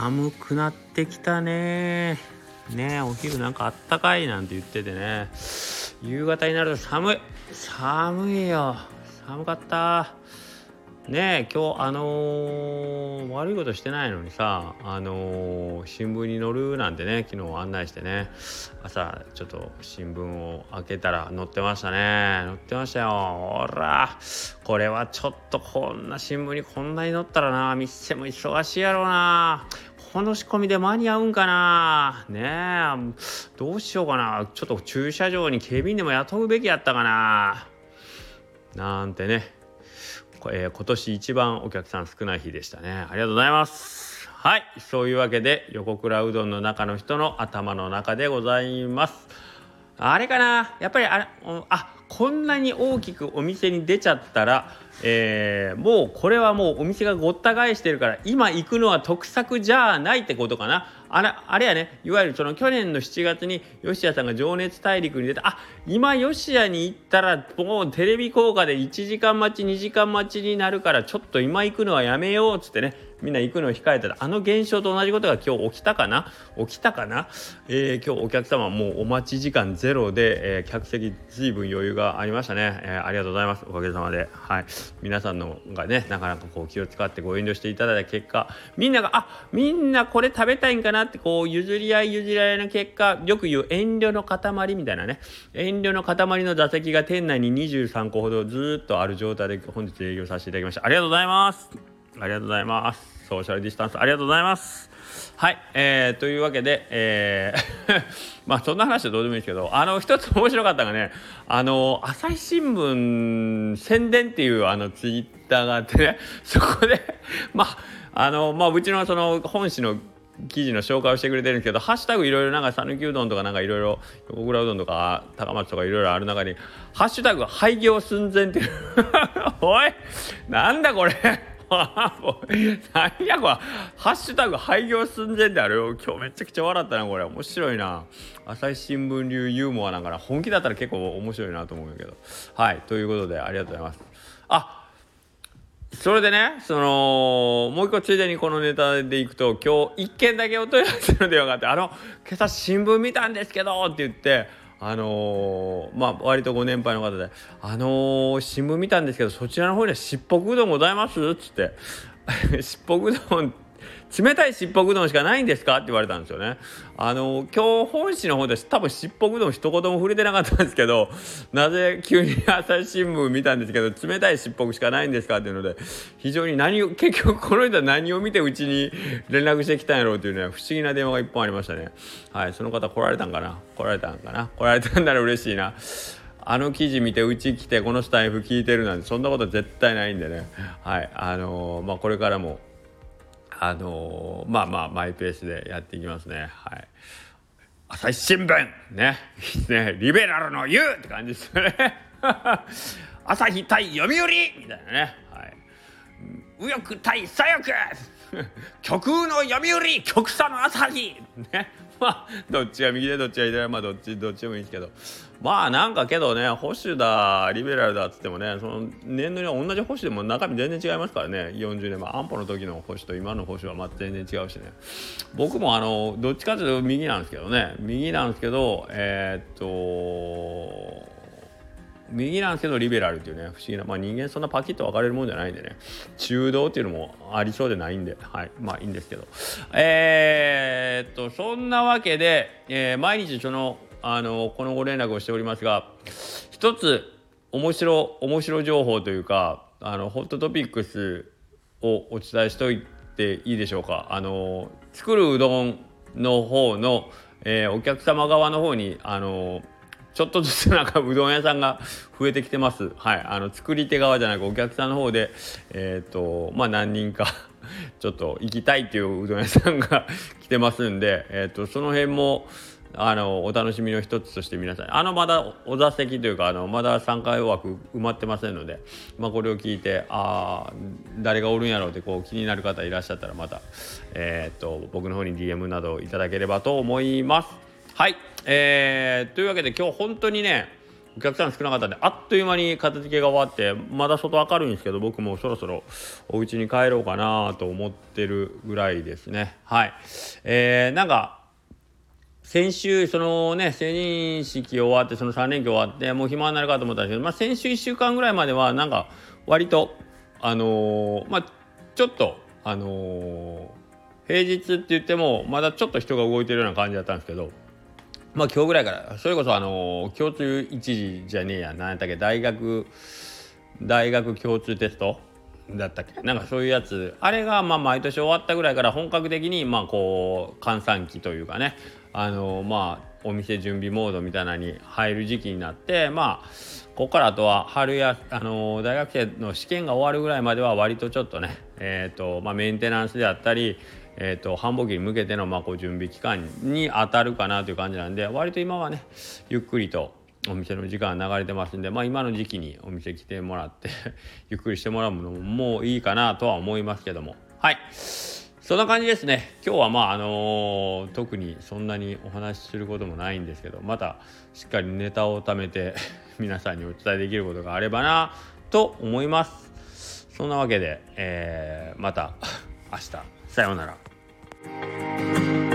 寒くなってきたね。お昼なんかあったかいなんて言っててね、夕方になると寒いよ。寒かったね。今日悪いことしてないのにさ、新聞に載るなんてね、昨日案内してね、朝ちょっと新聞を開けたら載ってましたよ。ほら、これはちょっとこんな新聞にこんなに載ったらな、店も忙しいやろうな。この仕込みで間に合うんかな。どうしようかな。ちょっと駐車場に警備員でも雇うべきやったかななんてね、今年一番お客さん少ない日でしたね。ありがとうございます。はい、そういうわけで横倉うどんの中の人の頭の中でございます。あれかな、やっぱりこんなに大きくお店に出ちゃったら、もうこれはもうお店がごった返してるから今行くのは得策じゃないってことかな。あれやね、いわゆるその去年の7月に吉谷さんが情熱大陸に出た、今吉谷に行ったらもうテレビ効果で1時間待ち2時間待ちになるからちょっと今行くのはやめようっつってね、みんな行くのを控えたら、現象と同じことが今日起きたかな。今日お客様もうお待ち時間ゼロで、客席随分余裕がありましたね。ありがとうございます。おかげさまで、皆さんのがね、なかなかこう気を使ってご遠慮していただいた結果、みんなこれ食べたいんかなってこう譲り合いの結果、よく言う遠慮の塊みたいなね、遠慮の塊の座席が店内に23個ほどずっとある状態で本日営業させていただきました。ありがとうございます。ソーシャルディスタンスありがとうございます。はい、というわけで、そんな話はどうでもいいですけど、一つ面白かったのがね、朝日新聞宣伝っていうツイッターがあってね、そこでうちのその本誌の記事の紹介をしてくれてるんですけど、ハッシュタグいろいろなんか讃岐うどんとかなんかいろいろ横倉うどんとか高松とかいろいろある中にハッシュタグ廃業寸前っていうおいなんだこれ何やこれ、ハッシュタグ廃業寸前であるよ。今日めちゃくちゃ笑ったな、これ面白いな。朝日新聞流ユーモアなんかな、本気だったら結構面白いなと思うんだけど、はいということでありがとうございます。それでね、もう一個ついでにこのネタでいくと、今日一件だけお問い合わせの電話があって、今朝新聞見たんですけどって言って、割とご年配の方で、新聞見たんですけどそちらの方にはしっぽくうどんございますっつってしっぽくうどん、冷たいしっぽくうどんしかないんですかって言われたんですよね。今日本誌の方で多分しっぽくうどん一言も触れてなかったんですけど、なぜ急に朝日新聞見たんですけど冷たいしっぽくしかないんですかっていうので、非常に結局この人は何を見てうちに連絡してきたんやろうっていうね、不思議な電話が一本ありましたね。はい、その方来られたんかな、来られたんなら嬉しいな。記事見てうち来てこのスタイフ聞いてるなんてそんなこと絶対ないんでね。はい、これからもマイペースでやっていきますね。はい。朝日新聞ね、リベラルの言うって感じですよね。朝日対読売みたいなね。はい。右翼対左翼。極右の読売、極左の朝日ね。どっちが右でどっちが左でどっちでもいいんですけど、なんかけどね、保守だリベラルだっつってもね、その年度には同じ保守でも中身全然違いますからね。40年前安保の時の保守と今の保守は全然違うしね。僕もどっちかというと右なんですけどリベラルっていうね、不思議な、人間そんなパキッと分かれるもんじゃないんでね、中道っていうのもありそうでないんで、はいいいんですけど、そんなわけで、毎日このご連絡をしておりますが、一つ面白情報というかホットトピックスをお伝えしておいていいでしょうか。作るうどんの方の、お客様側の方にちょっとずつなんかうどん屋さんが増えてきてます。はい、作り手側じゃなくお客さんの方で何人かちょっと行きたいっていううどん屋さんが来てますんで、その辺もお楽しみの一つとして皆さんまだお座席というかまだ参加枠埋まってませんので、これを聞いて誰がおるんやろうってこう気になる方いらっしゃったらまた僕の方に DM などいただければと思います。はい、というわけで今日本当にねお客さん少なかったんであっという間に片付けが終わって、まだ外明るいんですけど、僕もそろそろお家に帰ろうかなと思ってるぐらいですね。はい。なんか先週そのね成人式終わって、その3連休終わってもう暇になるかと思ったんですけど、先週1週間ぐらいまではなんか割とちょっと平日って言ってもまだちょっと人が動いてるような感じだったんですけど、今日ぐらいからそれこそ共通一次じゃねえや、何やったっけ、大学共通テストだったっけ、なんかそういうやつ、あれが毎年終わったぐらいから本格的にこう閑散期というかね、お店準備モードみたいなのに入る時期になって、ここからあとは春や大学生の試験が終わるぐらいまでは割とちょっとねメンテナンスであったり繁忙期に向けての準備期間に当たるかなという感じなんで、割と今はねゆっくりとお店の時間流れてますんで、今の時期にお店来てもらってゆっくりしてもらうのもいいかなとは思いますけども、はい、そんな感じですね。今日は特にそんなにお話しすることもないんですけど、またしっかりネタを貯めて皆さんにお伝えできることがあればなと思います。そんなわけで、また明日さようなら。